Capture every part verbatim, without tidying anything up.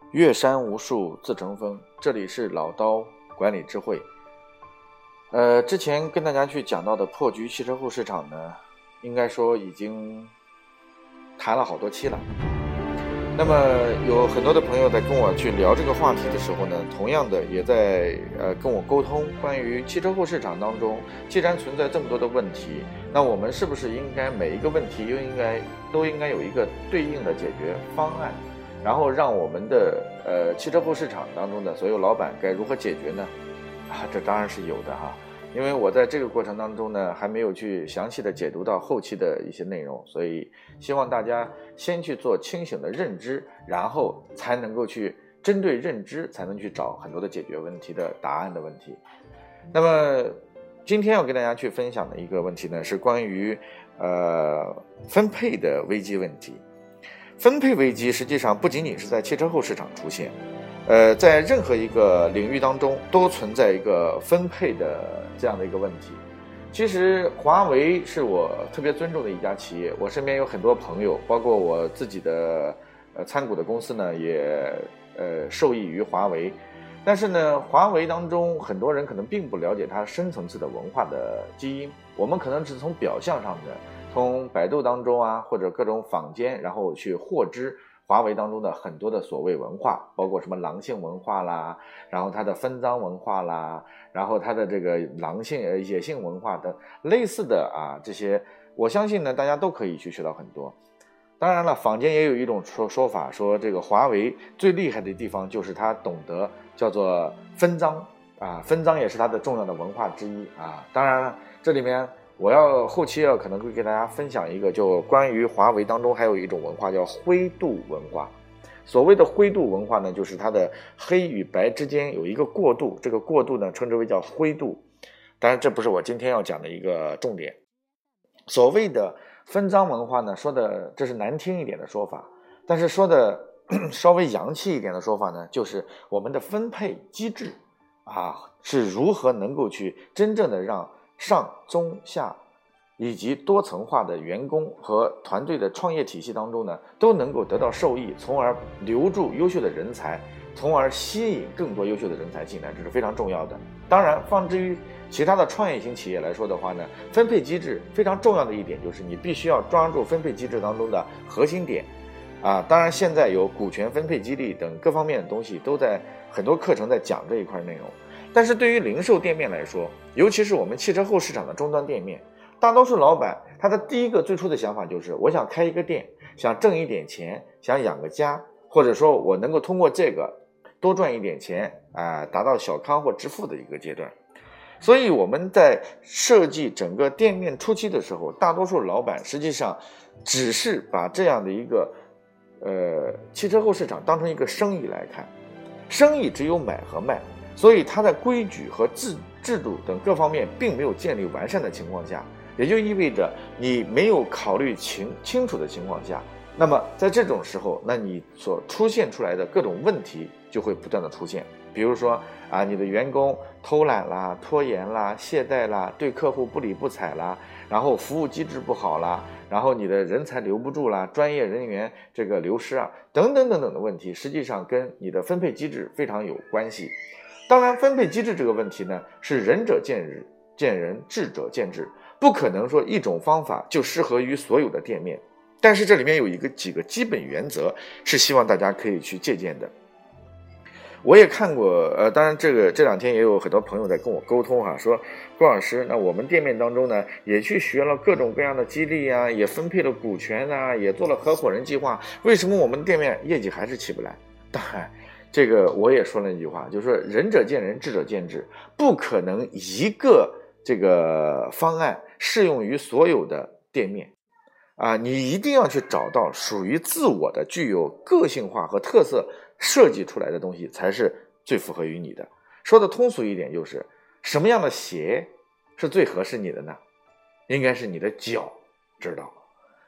岳山无数自成峰，这里是老刀管理智慧。呃，之前跟大家去讲到的破局汽车后市场呢，应该说已经谈了好多期了。那么有很多的朋友在跟我去聊这个话题的时候呢，同样的也在呃跟我沟通关于汽车后市场当中，既然存在这么多的问题，那我们是不是应该每一个问题又应该都应该有一个对应的解决方案？然后让我们的呃汽车后市场当中的所有老板该如何解决呢？啊，这当然是有的哈，因为我在这个过程当中呢，还没有去详细的解读到后期的一些内容，所以希望大家先去做清醒的认知，然后才能够去针对认知，才能去找很多的解决问题的答案的问题。那么今天要跟大家去分享的一个问题呢，是关于呃分配的危机问题。分配危机实际上不仅仅是在汽车后市场出现，呃，在任何一个领域当中都存在一个分配的这样的一个问题。其实华为是我特别尊重的一家企业，我身边有很多朋友，包括我自己的呃参股的公司呢，也呃受益于华为。但是呢，华为当中很多人可能并不了解它深层次的文化的基因，我们可能只从表象上的从百度当中啊，或者各种坊间，然后去获知华为当中的很多的所谓文化，包括什么狼性文化啦，然后它的分赃文化啦，然后它的这个狼性呃野性文化等类似的啊这些，我相信呢大家都可以去学到很多。当然了，坊间也有一种说说法，说这个华为最厉害的地方就是它懂得叫做分赃啊，分赃也是它的重要的文化之一啊。当然了，这里面我要后期要可能会给大家分享一个，就关于华为当中还有一种文化叫灰度文化。所谓的灰度文化呢，就是它的黑与白之间有一个过渡，这个过渡呢称之为叫灰度。当然这不是我今天要讲的一个重点。所谓的分赃文化呢，说的这是难听一点的说法，但是说的稍微洋气一点的说法呢，就是我们的分配机制啊是如何能够去真正的让上中下以及多层化的员工和团队的创业体系当中呢，都能够得到受益，从而留住优秀的人才，从而吸引更多优秀的人才进来，这是非常重要的。当然放之于其他的创业型企业来说的话呢，分配机制非常重要的一点就是你必须要抓住分配机制当中的核心点啊。当然现在有股权分配激励等各方面的东西都在很多课程在讲这一块内容，但是对于零售店面来说，尤其是我们汽车后市场的终端店面，大多数老板他的第一个最初的想法就是我想开一个店，想挣一点钱，想养个家，或者说我能够通过这个多赚一点钱啊、呃，达到小康或致富的一个阶段。所以我们在设计整个店面初期的时候，大多数老板实际上只是把这样的一个呃汽车后市场当成一个生意来看，生意只有买和卖，所以它的规矩和制制度等各方面并没有建立完善的情况下，也就意味着你没有考虑清清楚的情况下，那么在这种时候，那你所出现出来的各种问题就会不断的出现。比如说啊，你的员工偷懒啦、拖延啦、懈怠啦、对客户不理不睬啦，然后服务机制不好啦，然后你的人才留不住啦，专业人员这个流失啊，等等等等的问题，实际上跟你的分配机制非常有关系。当然，分配机制这个问题呢，是仁者见仁，见仁，智者见智，不可能说一种方法就适合于所有的店面。但是这里面有一个几个基本原则，是希望大家可以去借鉴的。我也看过，呃，当然这个这两天也有很多朋友在跟我沟通哈，说郭老师，那我们店面当中呢，也去学了各种各样的激励啊，也分配了股权啊，也做了合伙人计划，为什么我们店面业绩还是起不来？当然，这个我也说了一句话，就是说仁者见仁，智者见智，不可能一个这个方案适用于所有的店面。啊，你一定要去找到属于自我的、具有个性化和特色设计出来的东西，才是最符合于你的。说的通俗一点，就是什么样的鞋是最合适你的呢？应该是你的脚知道。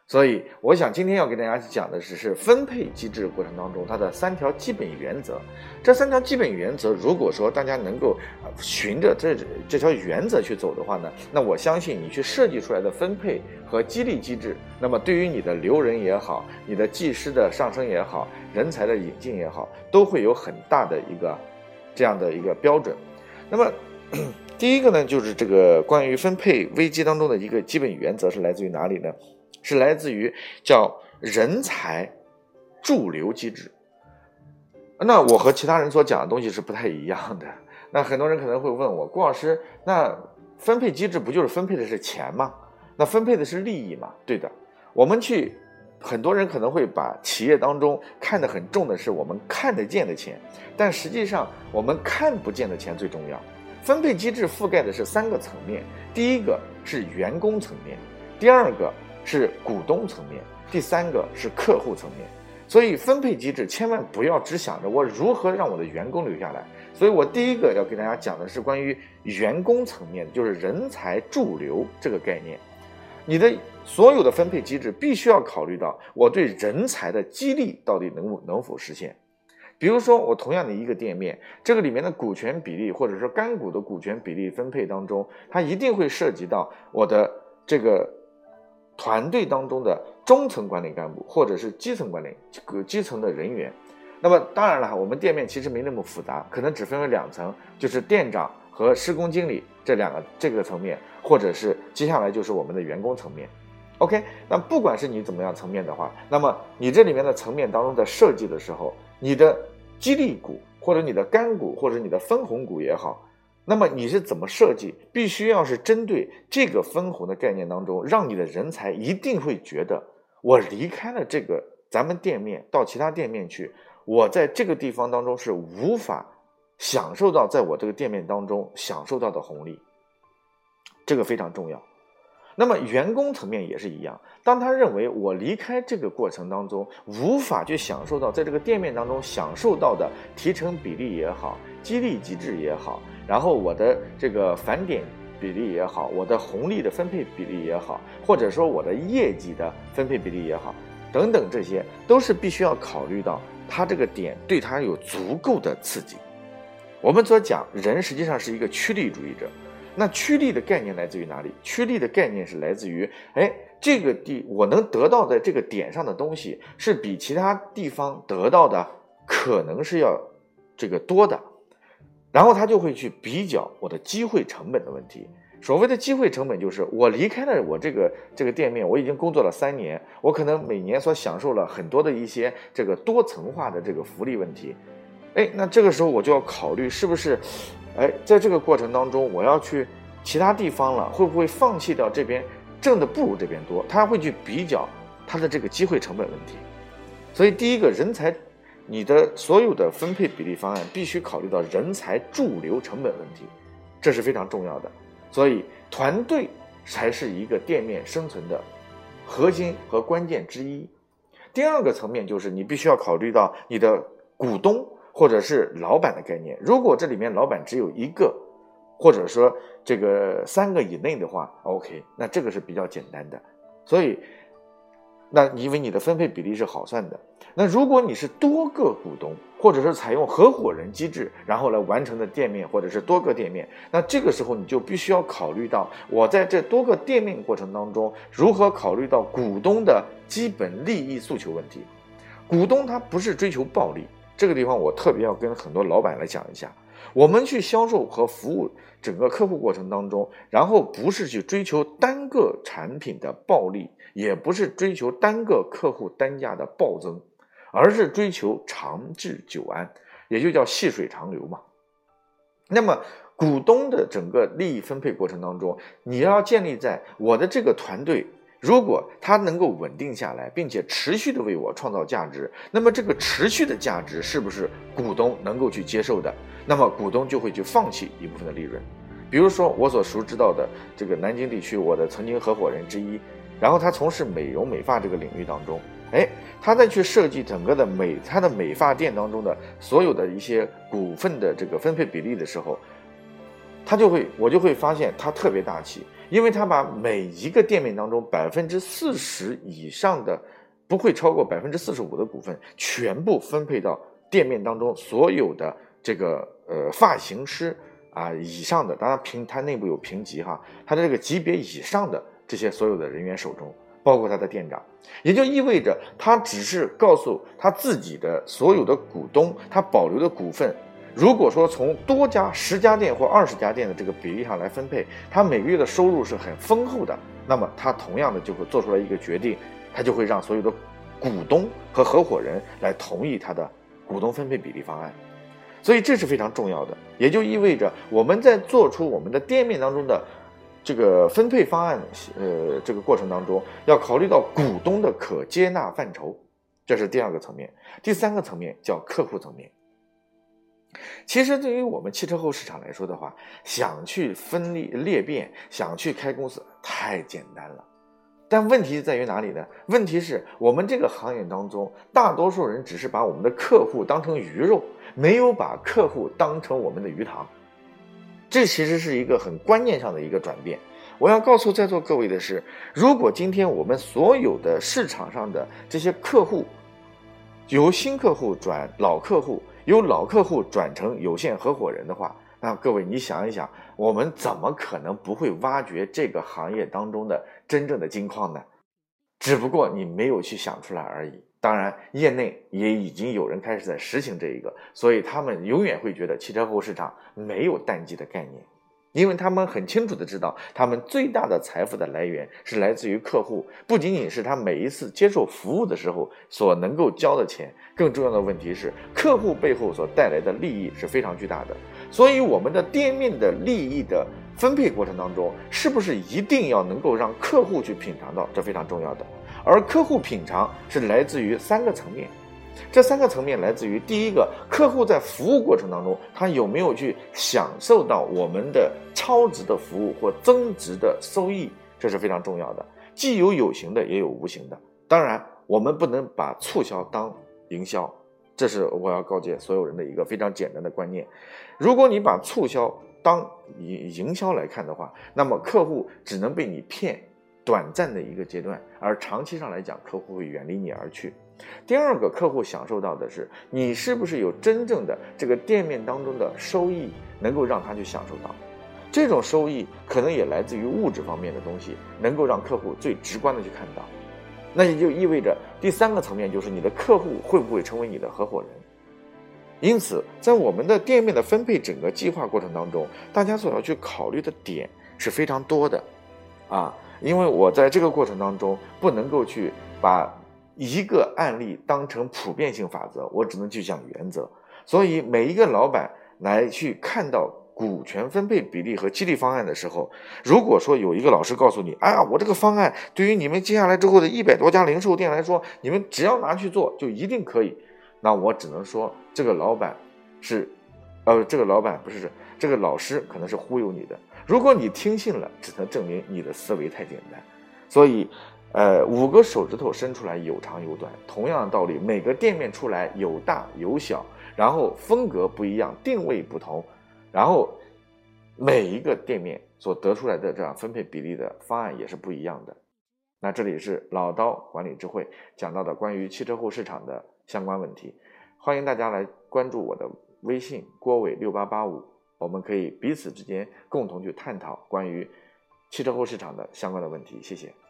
所以我想今天要给大家讲的是是分配机制过程当中它的三条基本原则。这三条基本原则，如果说大家能够循着这这条原则去走的话呢，那我相信你去设计出来的分配和激励机制，那么对于你的留人也好，你的技师的上升也好，人才的引进也好，都会有很大的一个这样的一个标准。那么第一个呢，就是这个关于分配危机当中的一个基本原则是来自于哪里呢？是来自于叫人才驻留机制。那我和其他人所讲的东西是不太一样的。那很多人可能会问我，郭老师，那分配机制不就是分配的是钱吗？那分配的是利益吗？对的。我们去很多人可能会把企业当中看得很重的是我们看得见的钱，但实际上我们看不见的钱最重要。分配机制覆盖的是三个层面，第一个是员工层面，第二个是股东层面，第三个是客户层面。所以分配机制千万不要只想着我如何让我的员工留下来。所以我第一个要给大家讲的是关于员工层面，就是人才驻留这个概念。你的所有的分配机制必须要考虑到我对人才的激励到底能能否实现。比如说我同样的一个店面，这个里面的股权比例或者说干股的股权比例分配当中，它一定会涉及到我的这个团队当中的中层管理干部或者是基层管理基层的人员。那么当然了，我们店面其实没那么复杂，可能只分为两层，就是店长和施工经理这两个这个层面，或者是接下来就是我们的员工层面。 OK， 那不管是你怎么样层面的话，那么你这里面的层面当中在设计的时候，你的激励股或者你的干股或者你的分红股也好，那么你是怎么设计，必须要是针对这个分红的概念当中，让你的人才一定会觉得我离开了这个咱们店面到其他店面去，我在这个地方当中是无法享受到在我这个店面当中享受到的红利，这个非常重要。那么员工层面也是一样，当他认为我离开这个过程当中无法去享受到在这个店面当中享受到的提成比例也好，激励机制也好，然后我的这个返点比例也好，我的红利的分配比例也好，或者说我的业绩的分配比例也好，等等，这些都是必须要考虑到他这个点对他有足够的刺激。我们所讲人实际上是一个趋利主义者，那趋利的概念来自于哪里？趋利的概念是来自于，哎，这个地我能得到的这个点上的东西是比其他地方得到的可能是要这个多的，然后他就会去比较我的机会成本的问题。所谓的机会成本就是我离开了我这个这个店面，我已经工作了三年，我可能每年所享受了很多的一些这个多层化的这个福利问题。哎，那这个时候我就要考虑是不是哎，在这个过程当中我要去其他地方了，会不会放弃掉这边挣的不如这边多，他会去比较他的这个机会成本问题。所以第一个，人才你的所有的分配比例方案必须考虑到人才驻留成本问题，这是非常重要的。所以团队才是一个店面生存的核心和关键之一。第二个层面就是你必须要考虑到你的股东或者是老板的概念，如果这里面老板只有一个或者说这个三个以内的话 OK， 那这个是比较简单的。所以那因为你的分配比例是好算的。那如果你是多个股东或者是采用合伙人机制然后来完成的店面或者是多个店面，那这个时候你就必须要考虑到我在这多个店面过程当中如何考虑到股东的基本利益诉求问题。股东他不是追求暴利，这个地方我特别要跟很多老板来讲一下，我们去销售和服务整个客户过程当中，然后不是去追求单个产品的暴利，也不是追求单个客户单价的暴增，而是追求长治久安，也就叫细水长流嘛。那么股东的整个利益分配过程当中，你要建立在我的这个团队如果他能够稳定下来，并且持续的为我创造价值，那么这个持续的价值是不是股东能够去接受的？那么股东就会去放弃一部分的利润。比如说我所熟知到的这个南京地区我的曾经合伙人之一，然后他从事美容美发这个领域当中，哎，他在去设计整个的美他的美发店当中的所有的一些股份的这个分配比例的时候，他就会我就会发现他特别大气。 因为他把每一个店面当中百分之四十以上的，不会超过百分之四十五的股份，全部分配到店面当中所有的这个呃发型师啊以上的，当然评他内部有评级哈，他的这个级别以上的这些所有的人员手中，包括他的店长，也就意味着他只是告诉他自己的所有的股东，他保留的股份。如果说从多家十家店或二十家店的这个比例上来分配，他每个月的收入是很丰厚的，那么他同样的就会做出来一个决定，他就会让所有的股东和合伙人来同意他的股东分配比例方案。所以这是非常重要的，也就意味着我们在做出我们的店面当中的这个分配方案，呃，这个过程当中要考虑到股东的可接纳范畴，这是第二个层面。第三个层面叫客户层面。其实对于我们汽车后市场来说的话，想去分裂裂变，想去开公司太简单了。但问题在于哪里呢？问题是我们这个行业当中，大多数人只是把我们的客户当成鱼肉，没有把客户当成我们的鱼塘。这其实是一个很观念上的一个转变。我要告诉在座各位的是，如果今天我们所有的市场上的这些客户，由新客户转老客户，由老客户转成有限合伙人的话，那各位你想一想，我们怎么可能不会挖掘这个行业当中的真正的金矿呢？只不过你没有去想出来而已。当然业内也已经有人开始在实行这一个，所以他们永远会觉得汽车后市场没有淡季的概念，因为他们很清楚的知道，他们最大的财富的来源是来自于客户，不仅仅是他每一次接受服务的时候所能够交的钱，更重要的问题是客户背后所带来的利益是非常巨大的。所以我们的店面的利益的分配过程当中，是不是一定要能够让客户去品尝到，这非常重要的。而客户品尝是来自于三个层面，这三个层面来自于第一个，客户在服务过程当中，他有没有去享受到我们的超值的服务或增值的收益，这是非常重要的。既有有形的，也有无形的。当然我们不能把促销当营销，这是我要告诫所有人的一个非常简单的观念。如果你把促销当营销来看的话，那么客户只能被你骗短暂的一个阶段，而长期上来讲，客户会远离你而去。第二个，客户享受到的是你是不是有真正的这个店面当中的收益，能够让他去享受到。这种收益可能也来自于物质方面的东西，能够让客户最直观的去看到。那也就意味着第三个层面就是你的客户会不会成为你的合伙人。因此在我们的店面的分配整个计划过程当中，大家所要去考虑的点是非常多的啊，因为我在这个过程当中不能够去把一个案例当成普遍性法则，我只能去讲原则。所以每一个老板来去看到股权分配比例和激励方案的时候，如果说有一个老师告诉你，哎呀，我这个方案对于你们接下来之后的一百多家零售店来说，你们只要拿去做就一定可以，那我只能说这个老板是呃，这个老板不是这个老师可能是忽悠你的。如果你听信了，只能证明你的思维太简单。所以呃，五个手指头伸出来有长有短，同样的道理，每个店面出来有大有小，然后风格不一样，定位不同，然后每一个店面所得出来的这样分配比例的方案也是不一样的。那这里是老刀管理智慧讲到的关于汽车后市场的相关问题，欢迎大家来关注我的微信郭伟六八八五，我们可以彼此之间共同去探讨关于汽车后市场的相关的问题。谢谢。